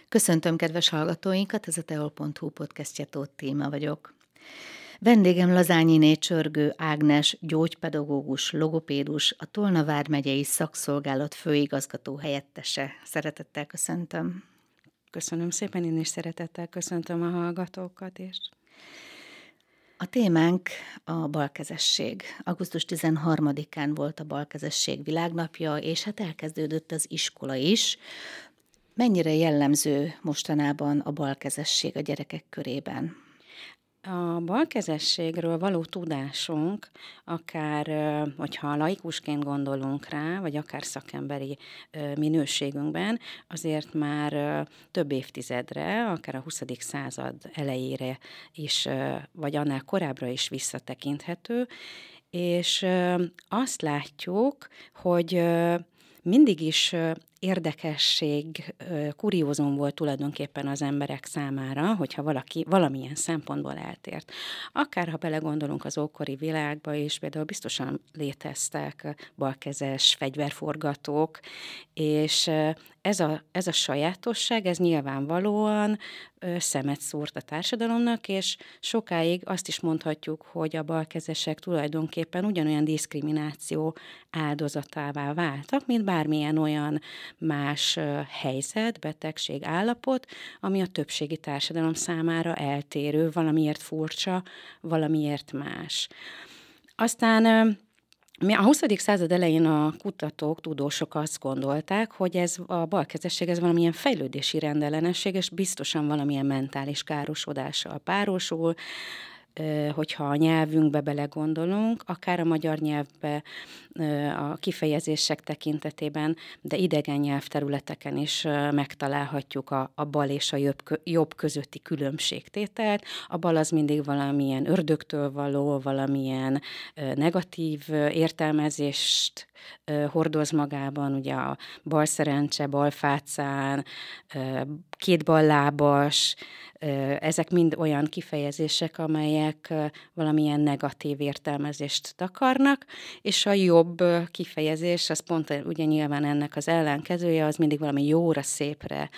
Köszöntöm kedves hallgatóinkat, ez a teol.hu podcastje, Tóth Tíma vagyok. Vendégem Lazányiné Csörgő Ágnes, gyógypedagógus, logopédus, a Tolna vármegyei szakszolgálat főigazgató helyettese. Szeretettel köszöntöm. Köszönöm szépen, én is szeretettel köszöntöm a hallgatókat is. A témánk a balkezesség. Augusztus 13-án volt a balkezesség világnapja, és hát elkezdődött az iskola is. Mennyire jellemző mostanában a balkezesség a gyerekek körében? A balkezességről való tudásunk, akár, hogyha laikusként gondolunk rá, vagy akár szakemberi minőségünkben, azért már több évtizedre, akár a 20. század elejére is, vagy annál korábbra is visszatekinthető, és azt látjuk, hogy mindig is érdekesség, kuriózum volt tulajdonképpen az emberek számára, hogyha valaki valamilyen szempontból eltért. Akár ha belegondolunk az ókori világba is, például biztosan léteztek balkezes fegyverforgatók, és ez a sajátosság, ez nyilvánvalóan szemet szúrt a társadalomnak, és sokáig azt is mondhatjuk, hogy a balkezesek tulajdonképpen ugyanolyan diszkrimináció áldozatává váltak, mint bármilyen olyan más helyzet, betegség, állapot, ami a többségi társadalom számára eltérő, valamiért furcsa, valamiért más. Aztán a 20. század elején a kutatók, tudósok azt gondolták, hogy ez a balkezesség ez valamilyen fejlődési rendellenesség, és biztosan valamilyen mentális károsodással párosul, hogyha a nyelvünkbe belegondolunk, akár a magyar nyelvbe a kifejezések tekintetében, de idegen nyelvterületeken is megtalálhatjuk a bal és a jobb közötti különbségtételt. A bal az mindig valamilyen ördögtől való, valamilyen negatív értelmezést hordoz magában, ugye a bal szerencse, bal fácán, kétballábas, ezek mind olyan kifejezések, amelyek valamilyen negatív értelmezést takarnak, és a jobb kifejezés, az pont ugye nyilván ennek az ellenkezője, az mindig valami jóra, szépre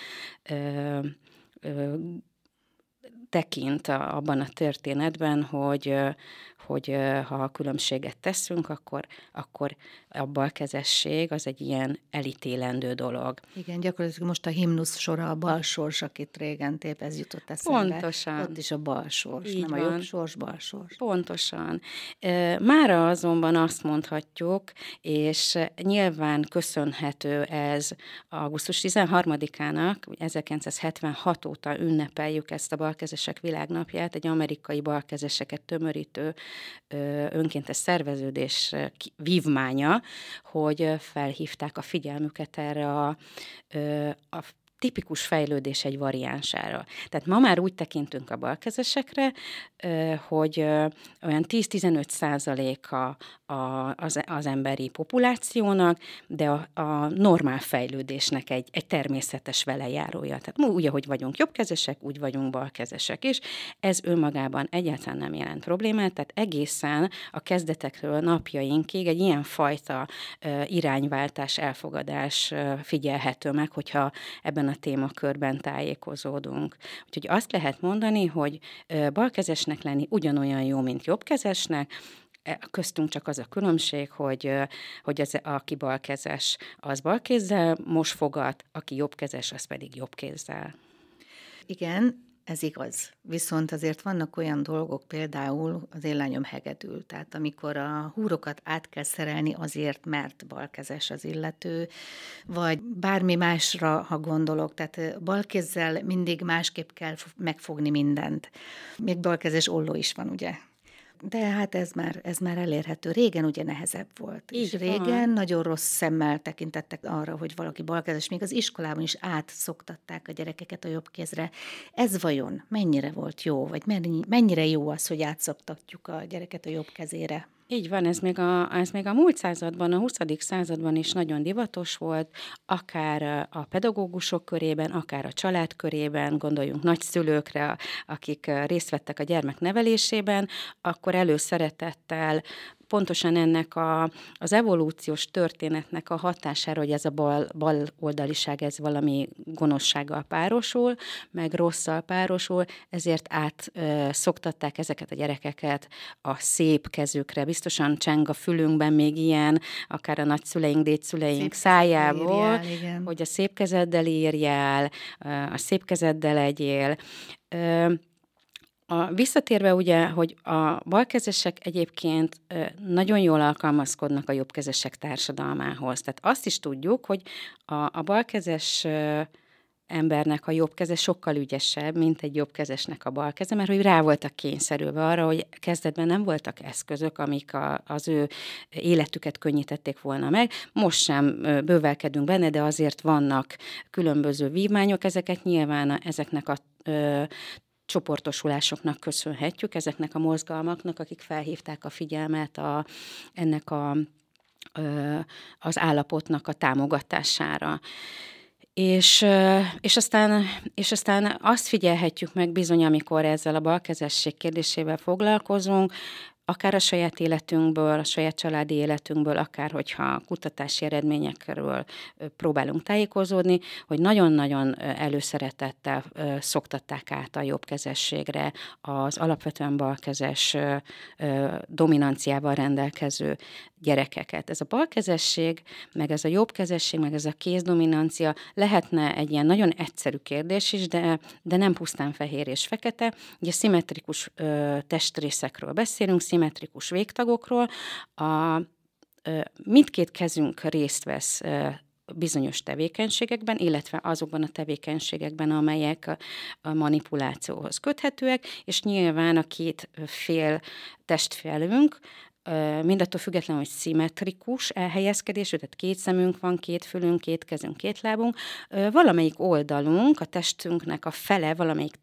tekint abban a történetben, hogy ha a különbséget teszünk, akkor a balkezesség az egy ilyen elítélendő dolog. Igen, gyakorlatilag most a himnusz sora a balsors, akit régen tép, ez jutott eszembe. Pontosan. Ott is a balsors, Így nem van. a jobb sors, balsors. Pontosan. Mára azonban azt mondhatjuk, és nyilván köszönhető ez augusztus 13-ának, 1976 óta ünnepeljük ezt a balkezesek világnapját, egy amerikai balkezeseket tömörítő önkéntes szerveződés vívmánya, hogy felhívták a figyelmüket erre a tipikus fejlődés egy variánsára. Tehát ma már úgy tekintünk a balkezesekre, hogy olyan 10-15% az emberi populációnak, de a normál fejlődésnek egy természetes velejárója. Tehát úgy, ahogy vagyunk jobbkezesek, úgy vagyunk balkezesek is. Ez önmagában egyáltalán nem jelent problémát, tehát egészen a kezdetekről napjainkig egy ilyen fajta irányváltás, elfogadás figyelhető meg, hogyha ebben a témakörben tájékozódunk. Úgyhogy azt lehet mondani, hogy balkezesnek lenni ugyanolyan jó, mint jobbkezesnek, köztünk csak az a különbség, hogy aki balkezes, az balkézzel mosfogat, aki jobbkezes, az pedig jobbkézzel. Igen, ez igaz. Viszont azért vannak olyan dolgok, például az én lányom hegedül, tehát amikor a húrokat át kell szerelni azért, mert balkezes az illető, vagy bármi másra, ha gondolok, tehát balkézzel mindig másképp kell megfogni mindent. Még balkezes olló is van, ugye? De hát ez már elérhető. Régen ugye nehezebb volt. Így és van. régen nagyon rossz szemmel tekintettek arra, hogy valaki balkezes. Még az iskolában is átszoktatták a gyerekeket a jobb kézre. Ez vajon mennyire volt jó? Vagy mennyire jó az, hogy átszoktatjuk a gyereket a jobb kezére? Így van, ez még a múlt században, a 20. században is nagyon divatos volt, akár a pedagógusok körében, akár a család körében, gondoljunk nagyszülőkre, akik részt vettek a gyermek nevelésében, akkor előszeretettel pontosan ennek az evolúciós történetnek a hatására, hogy ez a bal oldaliság, ez valami gonoszsággal párosul, meg rosszal párosul, ezért szoktatták ezeket a gyerekeket a szép kezükre. Biztosan cseng a fülünkben még ilyen, akár a nagyszüleink, dédszüleink szájából, hogy a szép kezeddel írjál, a szép kezeddel legyél. Visszatérve ugye, hogy a balkezesek egyébként nagyon jól alkalmazkodnak a jobbkezesek társadalmához. Tehát azt is tudjuk, hogy a balkezes embernek a jobb keze sokkal ügyesebb, mint egy jobb kezesnek a bal keze, mert hogy rá voltak kényszerülve arra, hogy kezdetben nem voltak eszközök, amik az ő életüket könnyítették volna meg. Most sem bővelkedünk benne, de azért vannak különböző vívmányok, ezeket nyilván ezeknek a csoportosulásoknak köszönhetjük, ezeknek a mozgalmaknak, akik felhívták a figyelmet ennek az állapotnak a támogatására. És aztán azt figyelhetjük meg bizony, amikor ezzel a balkezesség kérdésével foglalkozunk, akár a saját életünkből, a saját családi életünkből, akár hogyha kutatási eredményekről próbálunk tájékozódni, hogy nagyon-nagyon előszeretettel szoktatták át a jobbkezességre az alapvetően balkezes dominanciával rendelkező gyerekeket. Ez a balkezesség, meg ez a jobbkezesség, meg ez a kézdominancia lehetne egy ilyen nagyon egyszerű kérdés is, de nem pusztán fehér és fekete. Ugye szimmetrikus testrészekről beszélünk, szimmetrikus végtagokról. Mindkét kezünk részt vesz bizonyos tevékenységekben, illetve azokban a tevékenységekben, amelyek a manipulációhoz köthetőek, és nyilván a két fél testfelünk mindattól függetlenül, hogy szimmetrikus elhelyezkedésű, tehát két szemünk van, két fülünk, két kezünk, két lábunk, valamelyik oldalunk, a testünknek a fele, valamelyik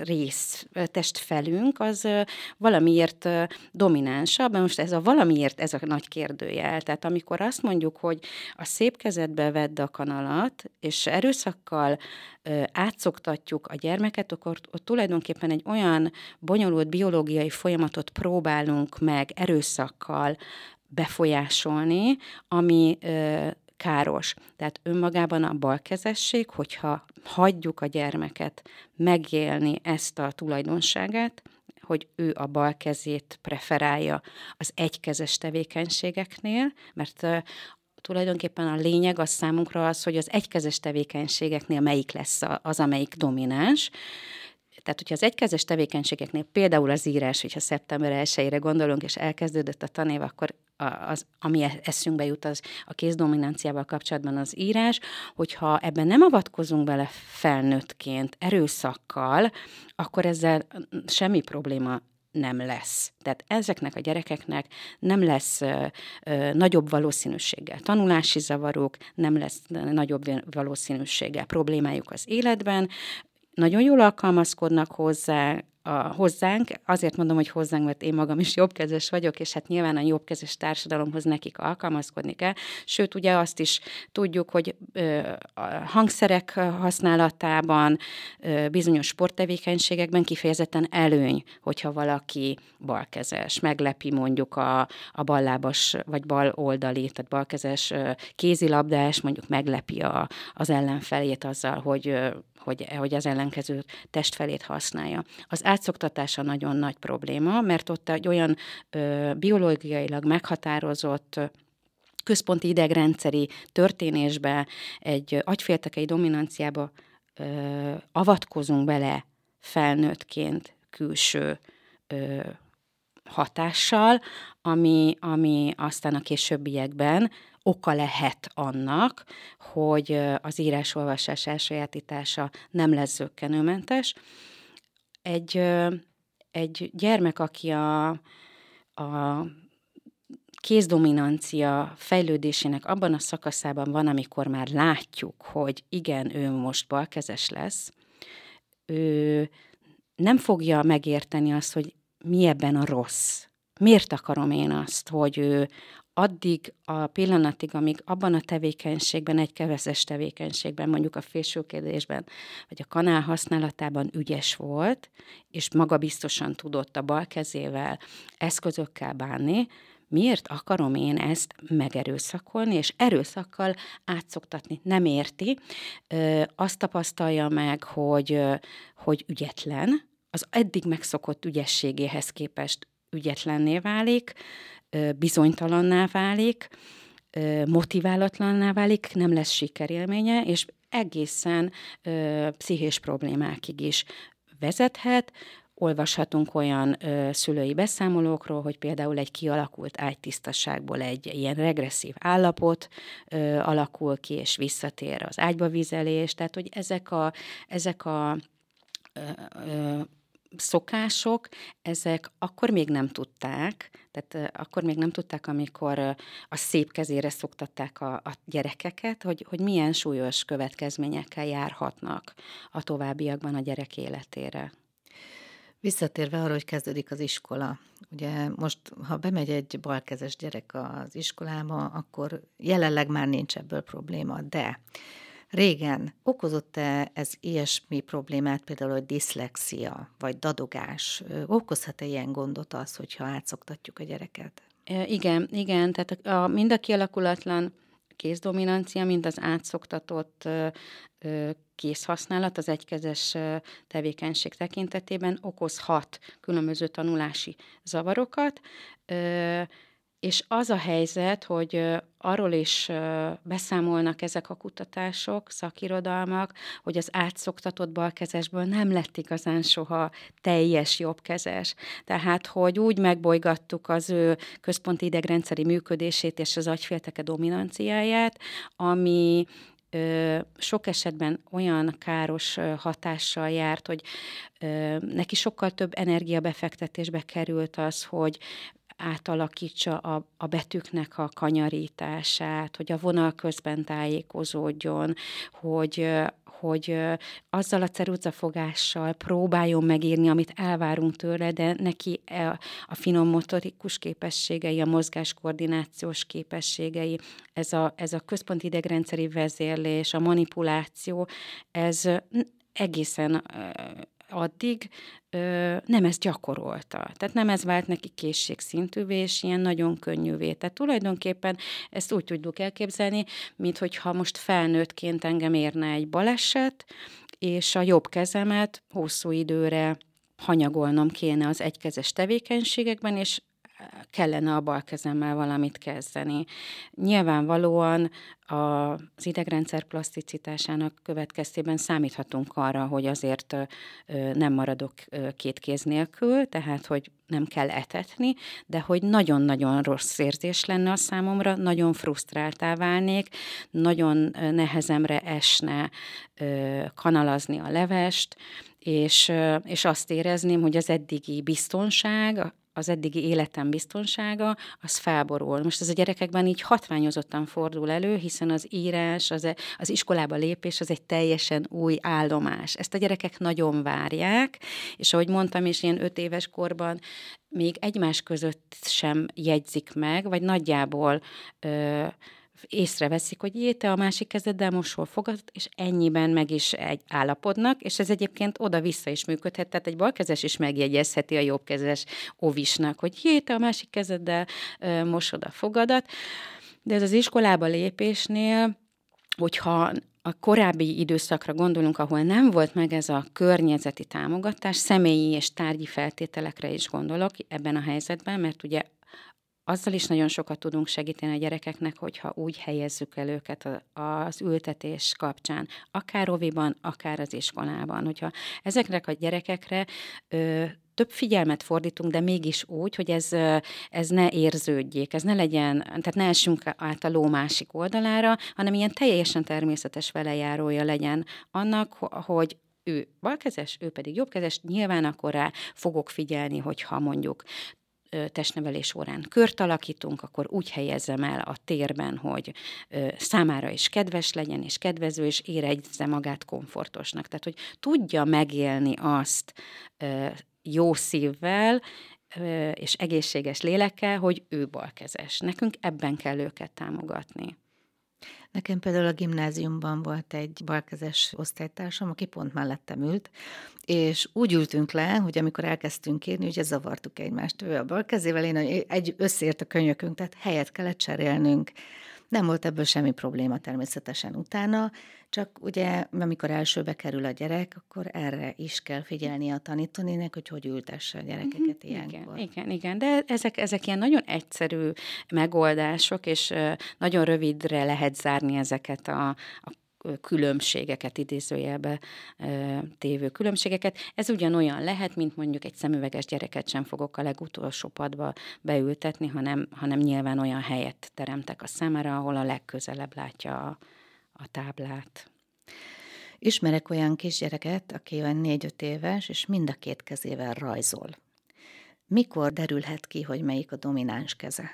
testfelünk, az valamiért dominánsabb, most ez a valamiért, ez a nagy kérdőjel. Tehát amikor azt mondjuk, hogy a szép kezedbe vedd a kanalat, és erőszakkal átszoktatjuk a gyermeket, akkor ott tulajdonképpen egy olyan bonyolult biológiai folyamatot próbálunk meg erőszakkal befolyásolni, ami káros. Tehát önmagában a balkezesség, hogyha hagyjuk a gyermeket megélni ezt a tulajdonságát, hogy ő a bal kezét preferálja az egykezes tevékenységeknél, mert tulajdonképpen a lényeg az számunkra az, hogy az egykezes tevékenységeknél melyik lesz az, amelyik domináns. Tehát, hogyha az egykezes tevékenységeknél például az írás, hogyha szeptember 1-ére gondolunk, és elkezdődött a tanév, akkor ami eszünkbe jut, az a kézdominanciával kapcsolatban az írás, hogyha ebben nem avatkozunk bele felnőttként, erőszakkal, akkor ezzel semmi probléma nem lesz. Tehát ezeknek a gyerekeknek nem lesz nagyobb valószínűséggel tanulási zavaruk, nem lesz nagyobb valószínűséggel problémájuk az életben, nagyon jól alkalmazkodnak hozzánk, azért mondom, hogy hozzánk, mert én magam is jobbkezes vagyok, és hát nyilván a jobbkezes társadalomhoz nekik alkalmazkodni kell. Sőt, ugye azt is tudjuk, hogy a hangszerek használatában, bizonyos sporttevékenységekben kifejezetten előny, hogyha valaki balkezes, meglepi mondjuk a ballábas vagy bal oldali, tehát balkezes kézilabdás, mondjuk meglepi az ellenfelét azzal, hogy az ellenkező testfelét használja. Az átszoktatása nagyon nagy probléma, mert ott egy olyan biológiailag meghatározott központi idegrendszeri történésbe, egy agyféltekei dominanciába avatkozunk bele felnőttként külső hatással, ami aztán a későbbiekben oka lehet annak, hogy az írás-olvasás elsajátítása nem lesz zökkenőmentes. Egy gyermek, aki a kézdominancia fejlődésének abban a szakaszában van, amikor már látjuk, hogy igen, ő most balkezes lesz, ő nem fogja megérteni azt, hogy mi ebben a rossz. Miért akarom én azt, hogy ő addig a pillanatig, amíg abban a tevékenységben, egy kevezes tevékenységben, mondjuk a fésülkedésben, vagy a kanál használatában ügyes volt, és magabiztosan tudott a bal kezével eszközökkel bánni, miért akarom én ezt megerőszakolni, és erőszakkal átszoktatni? Nem érti. Azt tapasztalja meg, hogy ügyetlen, az eddig megszokott ügyességéhez képest ügyetlenné válik, bizonytalanná válik, motiválatlanná válik, nem lesz sikerélménye, és egészen pszichés problémákig is vezethet. Olvashatunk olyan szülői beszámolókról, hogy például egy kialakult ágytisztaságból egy ilyen regresszív állapot alakul ki, és visszatér az ágyba vizelés, tehát hogy ezek a szokások, ezek akkor még nem tudták, tehát akkor még nem tudták, amikor a szép kezére szoktatták a gyerekeket, hogy milyen súlyos következményekkel járhatnak a továbbiakban a gyerek életére. Visszatérve arra, hogy kezdődik az iskola. Ugye most, ha bemegy egy balkezes gyerek az iskolába, akkor jelenleg már nincs ebből probléma, de régen okozott-e ez ilyesmi problémát, például, hogy diszlexia, vagy dadogás? Okozhat-e ilyen gondot az, hogyha átszoktatjuk a gyereket? Igen, tehát mind a kialakulatlan kézdominancia, mind az átszoktatott kézhasználat az egykezes tevékenység tekintetében okozhat különböző tanulási zavarokat, és az a helyzet, hogy arról is beszámolnak ezek a kutatások, szakirodalmak, hogy az átszoktatott balkezesből nem lett igazán soha teljes jobbkezes. Tehát, hogy úgy megbolygattuk az ő központi idegrendszeri működését és az agyfélteke dominanciáját, ami sok esetben olyan káros hatással járt, hogy neki sokkal több energiabefektetésbe került az, hogy átalakítsa a betűknek a kanyarítását, hogy a vonal közben tájékozódjon, hogy azzal a ceruzafogással próbáljon megírni, amit elvárunk tőle, de neki a finom motorikus képességei, a mozgáskoordinációs képességei, ez a központi idegrendszeri vezérlés, a manipuláció, ez egészen addig nem ezt gyakorolta. Tehát nem ez vált neki készségszintűvé, és ilyen nagyon könnyűvé. Tehát tulajdonképpen ezt úgy tudjuk elképzelni, mint hogyha most felnőttként engem érne egy baleset, és a jobb kezemet hosszú időre hanyagolnom kéne az egykezes tevékenységekben, és kellene a bal kezemmel valamit kezdeni. Nyilvánvalóan az idegrendszer plaszticitásának következtében számíthatunk arra, hogy azért nem maradok két kéz nélkül, tehát hogy nem kell etetni, de hogy nagyon-nagyon rossz érzés lenne a számomra, nagyon frusztráltá válnék, nagyon nehezemre esne kanalazni a levest, és azt érezném, hogy az eddigi biztonság, az eddigi életem biztonsága, az felborul. Most ez a gyerekekben így hatványozottan fordul elő, hiszen az írás, az iskolába lépés, az egy teljesen új állomás. Ezt a gyerekek nagyon várják, és ahogy mondtam, és ilyen 5 éves korban még egymás között sem jegyzik meg, vagy nagyjából észreveszik, hogy jé, te a másik kezeddel most hol fogad, és ennyiben meg is állapodnak, és ez egyébként oda-vissza is működhet, tehát egy balkezes is megjegyezheti a jobbkezes ovisnak, hogy jé, te a másik kezeddel mosod a fogadat, de ez az iskolába lépésnél, hogyha a korábbi időszakra gondolunk, ahol nem volt meg ez a környezeti támogatás, személyi és tárgyi feltételekre is gondolok ebben a helyzetben, mert ugye azzal is nagyon sokat tudunk segíteni a gyerekeknek, hogyha úgy helyezzük el őket az ültetés kapcsán, akár oviban, akár az iskolában. Hogyha ezekre a gyerekekre több figyelmet fordítunk, de mégis úgy, hogy ez ne érződjék, ez ne legyen, tehát ne essünk át a ló másik oldalára, hanem ilyen teljesen természetes velejárója legyen annak, hogy ő balkezes, ő pedig jobbkezes, nyilván akkor rá fogok figyelni, hogyha mondjuk testnevelés órán kört alakítunk, akkor úgy helyezzem el a térben, hogy számára is kedves legyen, és kedvező, és érezze magát komfortosnak. Tehát, hogy tudja megélni azt jó szívvel, és egészséges lélekkel, hogy ő balkezes. Nekünk ebben kell őket támogatni. Nekem például a gimnáziumban volt egy balkezes osztálytársam, aki pont mellettem ült, és úgy ültünk le, hogy amikor elkezdtünk írni, ugye zavartuk egymást. Ő a bal kezével, összeért a könyökünk, tehát helyet kellett cserélnünk. Nem volt ebből semmi probléma természetesen utána, csak ugye, amikor elsőbe kerül a gyerek, akkor erre is kell figyelni a tanítónének, hogy ültesse a gyerekeket ilyenkor. Igen, de ezek ilyen nagyon egyszerű megoldások, és nagyon rövidre lehet zárni ezeket a különbségeket, idézőjelbe tévő különbségeket. Ez ugyanolyan lehet, mint mondjuk egy szemüveges gyereket sem fogok a legutolsó padba beültetni, hanem nyilván olyan helyet teremtek a számára, ahol a legközelebb látja a táblát. Ismerek olyan kisgyereket, aki olyan 4-5 éves, és mind a két kezével rajzol. Mikor derülhet ki, hogy melyik a domináns keze?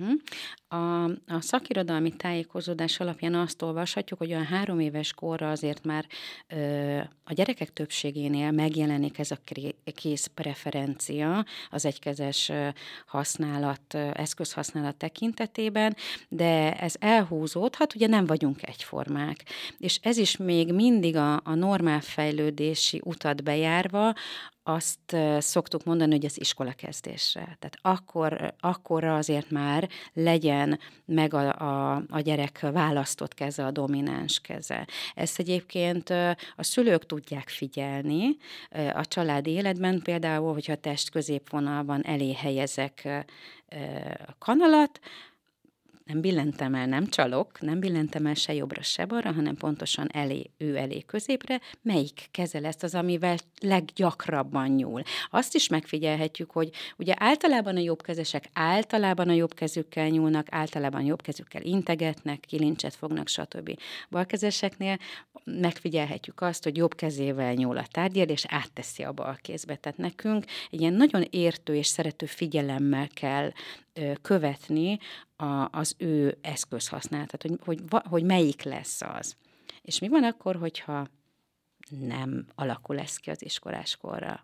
A szakirodalmi tájékozódás alapján azt olvashatjuk, hogy olyan 3 éves korra azért már a gyerekek többségénél megjelenik ez a kész preferencia az egykezes használat, eszközhasználat tekintetében, de ez elhúzódhat, ugye nem vagyunk egyformák. És ez is még mindig a normál fejlődési utat bejárva, azt szoktuk mondani, hogy az iskolakezdésre. Tehát akkorra azért már legyen meg a gyerek választott keze, a domináns keze. Ezt egyébként a szülők tudják figyelni. A családi életben például, hogyha test középvonalban elé helyezek kanalat, nem billentem el, nem csalok, nem billentem el se jobbra, se balra, hanem pontosan ő elé középre, melyik keze lesz az, amivel leggyakrabban nyúl. Azt is megfigyelhetjük, hogy ugye általában a jobbkezesek általában a jobb kezükkel nyúlnak, általában jobb kezükkel integetnek, kilincset fognak, stb. Balkezeseknél megfigyelhetjük azt, hogy jobb kezével nyúl a tárgyért, és átteszi a bal kézbe. Tehát nekünk egy ilyen nagyon értő és szerető figyelemmel kell követni az ő eszközhasználatát, hogy melyik lesz az. És mi van akkor, hogyha nem alakul ez ki az iskoláskorra?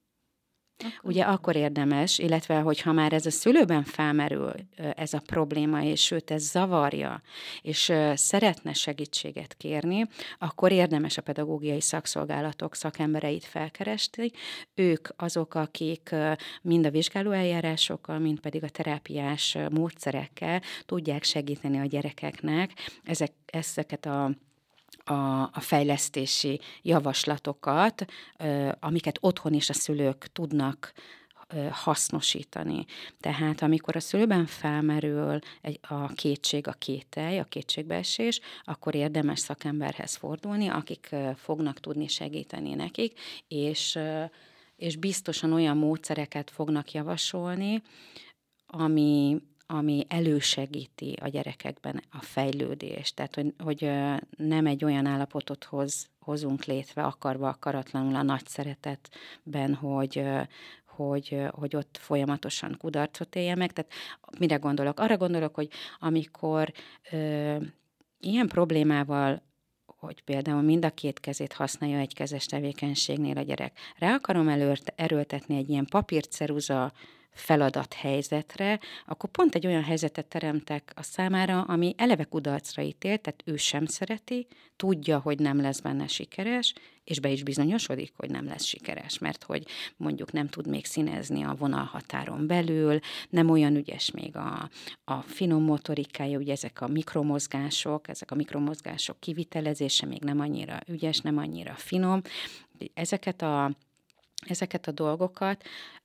Ugye akkor érdemes, illetve hogyha már ez a szülőben felmerül ez a probléma, és őt ez zavarja, és szeretne segítséget kérni, akkor érdemes a pedagógiai szakszolgálatok szakembereit felkeresni. Ők azok, akik mind a vizsgálóeljárásokkal, mind pedig a terápiás módszerekkel tudják segíteni a gyerekeknek ezeket a fejlesztési javaslatokat, amiket otthon is a szülők tudnak hasznosítani. Tehát amikor a szülőben felmerül a kétség, a kételj, a kétségbeesés, akkor érdemes szakemberhez fordulni, akik fognak tudni segíteni nekik, és biztosan olyan módszereket fognak javasolni, ami elősegíti a gyerekekben a fejlődést. Tehát, hogy nem egy olyan állapotot hozunk létre akarva, akaratlanul a nagy szeretetben, hogy ott folyamatosan kudarcot élje meg. Tehát mire gondolok? Arra gondolok, hogy amikor ilyen problémával, hogy például mind a két kezét használja egykezes tevékenységnél a gyerek, rá akarom erőltetni egy ilyen papírceruza feladathelyzetre, akkor pont egy olyan helyzetet teremtek a számára, ami eleve kudarcra ítélt, tehát ő sem szereti, tudja, hogy nem lesz benne sikeres, és be is bizonyosodik, hogy nem lesz sikeres, mert hogy mondjuk nem tud még színezni a vonalhatáron belül, nem olyan ügyes még a finom motorikája, ugye ezek a mikromozgások kivitelezése még nem annyira ügyes, nem annyira finom. Ezeket a dolgokat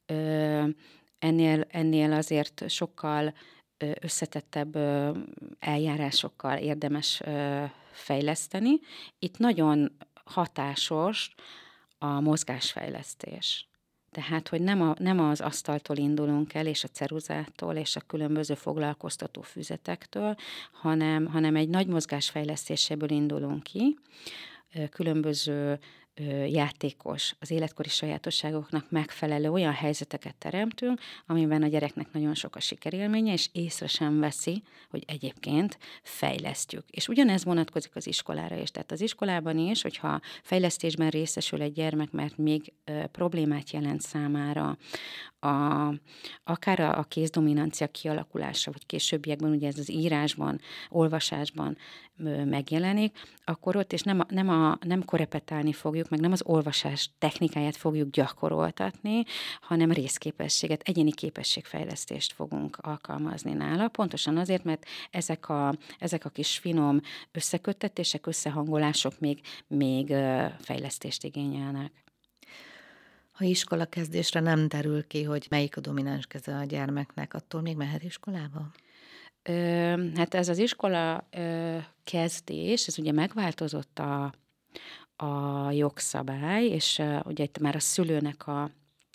ennél azért sokkal összetettebb eljárásokkal érdemes fejleszteni. Itt nagyon hatásos a mozgásfejlesztés. Tehát, hogy nem az asztaltól indulunk el, és a ceruzától, és a különböző foglalkoztató füzetektől, hanem egy nagy mozgásfejlesztéséből indulunk ki, különböző játékos, az életkori sajátosságoknak megfelelő olyan helyzeteket teremtünk, amiben a gyereknek nagyon sok a sikerélménye, és észre sem veszi, hogy egyébként fejlesztjük. És ugyanez vonatkozik az iskolára is. Tehát az iskolában is, hogyha fejlesztésben részesül egy gyermek, mert még problémát jelent számára, akár a kézdominancia kialakulása, vagy későbbiekben ugye ez az írásban, olvasásban megjelenik, akkor ott is nem korepetálni fogjuk, meg nem az olvasás technikáját fogjuk gyakoroltatni, hanem részképességet, egyéni képességfejlesztést fogunk alkalmazni nála. Pontosan azért, mert ezek a kis finom összeköttetések, összehangolások még fejlesztést igényelnek. Ha iskola kezdésre nem derül ki, hogy melyik a domináns keze a gyermeknek, attól még mehet iskolába? Hát ez az iskola kezdés, ez ugye megváltozott a jogszabály, és ugye itt már a szülőnek a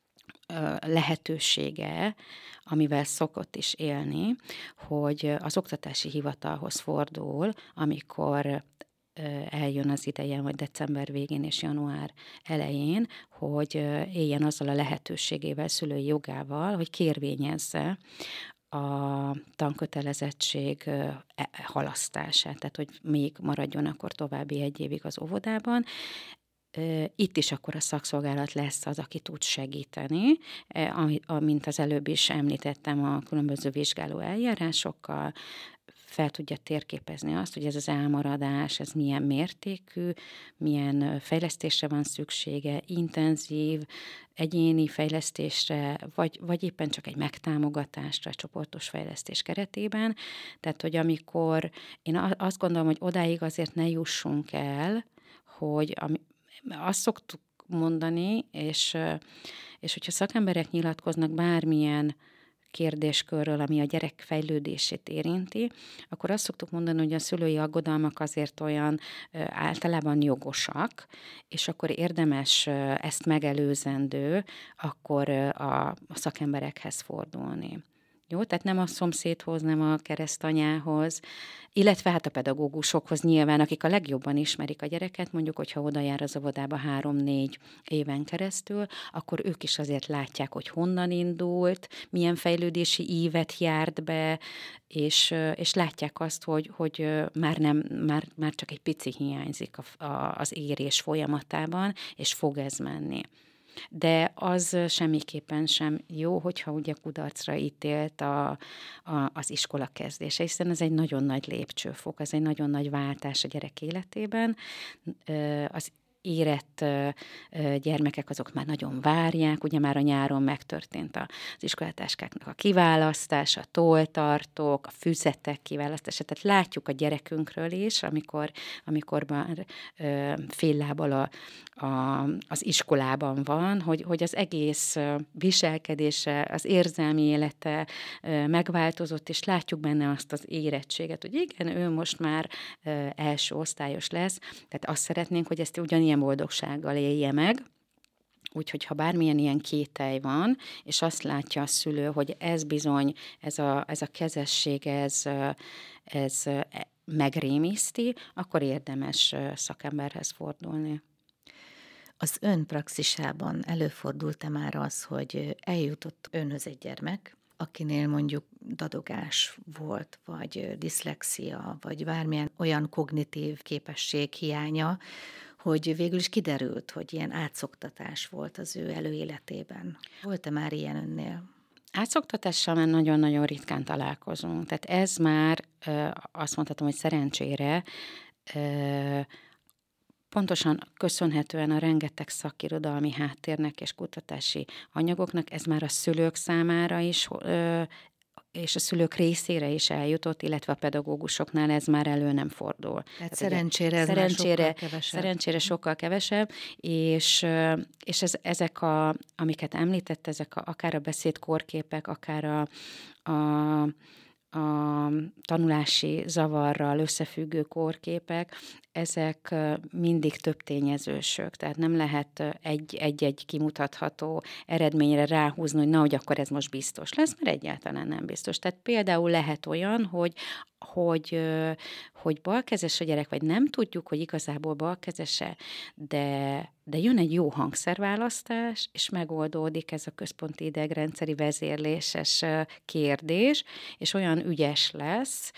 lehetősége, amivel szokott is élni, hogy az oktatási hivatalhoz fordul, amikor eljön az ideje, vagy december végén és január elején, hogy éljen azzal a lehetőségével, szülői jogával, hogy kérvényezze a tankötelezettség halasztását, tehát hogy még maradjon akkor további 1 évig az óvodában. Itt is akkor a szakszolgálat lesz az, aki tud segíteni, mint az előbb is említettem, a különböző vizsgáló eljárásokkal, fel tudja térképezni azt, hogy ez az elmaradás, ez milyen mértékű, milyen fejlesztésre van szüksége, intenzív, egyéni fejlesztésre, vagy éppen csak egy megtámogatásra, csoportos fejlesztés keretében. Tehát, hogy amikor én azt gondolom, hogy odáig azért ne jussunk el, hogy azt szoktuk mondani, és hogyha szakemberek nyilatkoznak bármilyen kérdéskörről, ami a gyerek fejlődését érinti, akkor azt szoktuk mondani, hogy a szülői aggodalmak azért olyan általában jogosak, és akkor érdemes ezt megelőzendő, akkor a szakemberekhez fordulni. Jó, tehát nem a szomszédhoz, nem a keresztanyához, illetve hát a pedagógusokhoz nyilván, akik a legjobban ismerik a gyereket, mondjuk, hogyha oda jár az óvodába 3-4 éven keresztül, akkor ők is azért látják, hogy honnan indult, milyen fejlődési ívet járt be, és látják azt, hogy már csak egy pici hiányzik az érés folyamatában, és fog ez menni. De az semmiképpen sem jó, hogyha ugye kudarcra ítélt az iskola kezdése, hiszen ez egy nagyon nagy lépcsőfok, ez egy nagyon nagy váltás a gyerek életében. Az érett gyermekek azok már nagyon várják, ugye már a nyáron megtörtént az iskolatáskáknak a kiválasztása, a tolltartók, a füzetek kiválasztása, tehát látjuk a gyerekünkről is, amikor már fél lábbal az iskolában van, hogy az egész viselkedése, az érzelmi élete megváltozott, és látjuk benne azt az érettséget, hogy igen, ő most már első osztályos lesz, tehát azt szeretnénk, hogy ezt ugyanilyen boldogsággal élje meg. Úgyhogy ha bármilyen ilyen kételj van, és azt látja a szülő, hogy ez bizony, ez a kezesség, ez megrémiszti, akkor érdemes szakemberhez fordulni. Az ön praxisában előfordult-e már az, hogy eljutott önhöz egy gyermek, akinél mondjuk dadogás volt, vagy diszlexia, vagy bármilyen olyan kognitív képesség hiánya, hogy végül is kiderült, hogy ilyen átszoktatás volt az ő előéletében. Volt-e már ilyen önnél? Átszoktatással már nagyon-nagyon ritkán találkozunk. Tehát ez már azt mondhatom, hogy szerencsére pontosan köszönhetően a rengeteg szakirodalmi háttérnek és kutatási anyagoknak, ez már a szülők számára is, és a szülők részére is eljutott, illetve a pedagógusoknál ez már elő nem fordul. Tehát szerencsére ez már sokkal kevesebb. Szerencsére sokkal kevesebb, és ezek amiket említett, akár a beszédkórképek, akár a tanulási zavarral összefüggő kórképek, ezek mindig több tényezősök, tehát nem lehet egy kimutatható eredményre ráhúzni, hogy na, hogy akkor ez most biztos lesz, mert egyáltalán nem biztos. Tehát például lehet olyan, hogy balkezes a gyerek, vagy nem tudjuk, hogy igazából balkezese, de jön egy jó hangszerválasztás, és megoldódik ez a központi idegrendszeri vezérléses kérdés, és olyan ügyes lesz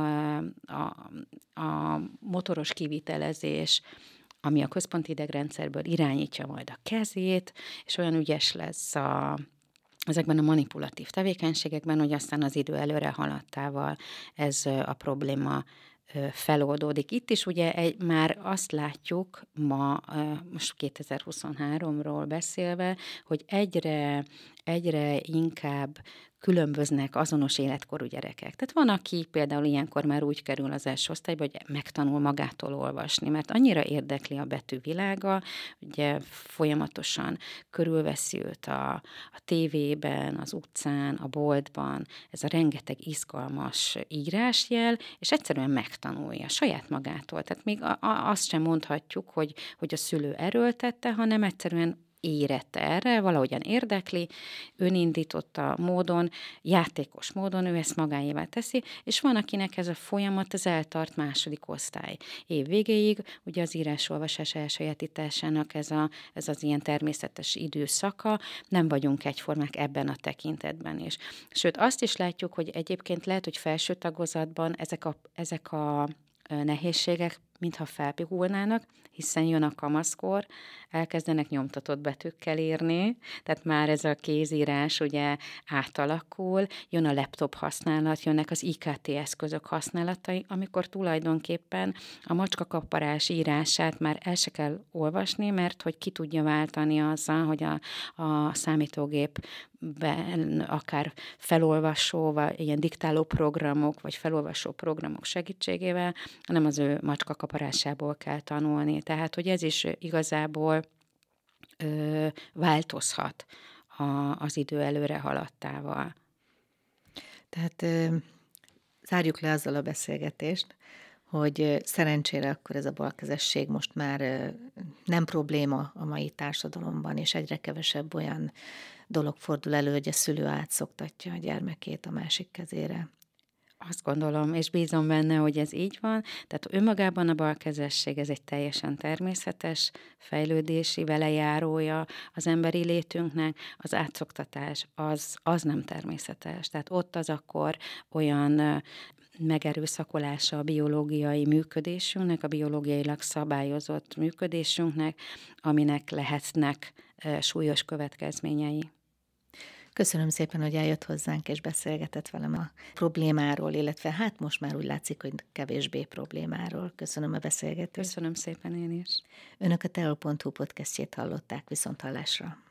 a motoros kivitelezés, ami a központi idegrendszerből irányítja majd a kezét, és olyan ügyes lesz ezekben a manipulatív tevékenységekben, hogy aztán az idő előre haladtával ez a probléma feloldódik. Itt is ugye már azt látjuk ma, most 2023-ról beszélve, hogy egyre inkább különböznek azonos életkorú gyerekek. Tehát van, aki például ilyenkor már úgy kerül az első osztályba, hogy megtanul magától olvasni, mert annyira érdekli a betűvilága, ugye folyamatosan körülveszi őt a tévében, az utcán, a boltban, ez a rengeteg izgalmas írásjel, és egyszerűen megtanulja saját magától. Tehát még azt sem mondhatjuk, hogy a szülő erőltette, hanem egyszerűen érett erre, valahogyan érdekli, önindította módon, játékos módon, ő ezt magáévá teszi, és van, akinek ez a folyamat, ez eltart második osztály év végéig, ugye az írás-olvasás elsajátításának ez az ilyen természetes időszaka, nem vagyunk egyformák ebben a tekintetben is. Sőt, azt is látjuk, hogy egyébként lehet, hogy felső tagozatban ezek a nehézségek mintha felpihulnának, hiszen jön a kamaszkor, elkezdenek nyomtatott betűkkel írni, tehát már ez a kézírás ugye átalakul, jön a laptop használat, jönnek az IKT eszközök használatai, amikor tulajdonképpen a macskakaparás írását már el se kell olvasni, mert hogy ki tudja váltani azzal, hogy a számítógépben akár felolvasó, vagy ilyen diktáló programok, vagy felolvasó programok segítségével, hanem az ő macskakaparásából kell tanulni. Tehát, hogy ez is igazából változhat az idő előre haladtával. Tehát zárjuk le azzal a beszélgetést, hogy szerencsére akkor ez a balkezesség most már nem probléma a mai társadalomban, és egyre kevesebb olyan dolog fordul elő, hogy a szülő átszoktatja a gyermekét a másik kezére. Azt gondolom, és bízom benne, hogy ez így van. Tehát önmagában a balkezesség, ez egy teljesen természetes fejlődési velejárója az emberi létünknek, az átszoktatás az nem természetes. Tehát ott az akkor olyan megerőszakolása a biológiai működésünknek, a biológiailag szabályozott működésünknek, aminek lehetnek súlyos következményei. Köszönöm szépen, hogy eljött hozzánk és beszélgetett velem a problémáról, illetve hát most már úgy látszik, hogy kevésbé problémáról. Köszönöm a beszélgetést. Köszönöm szépen én is. Önök a teol.hu podcastjét hallották, viszonthallásra.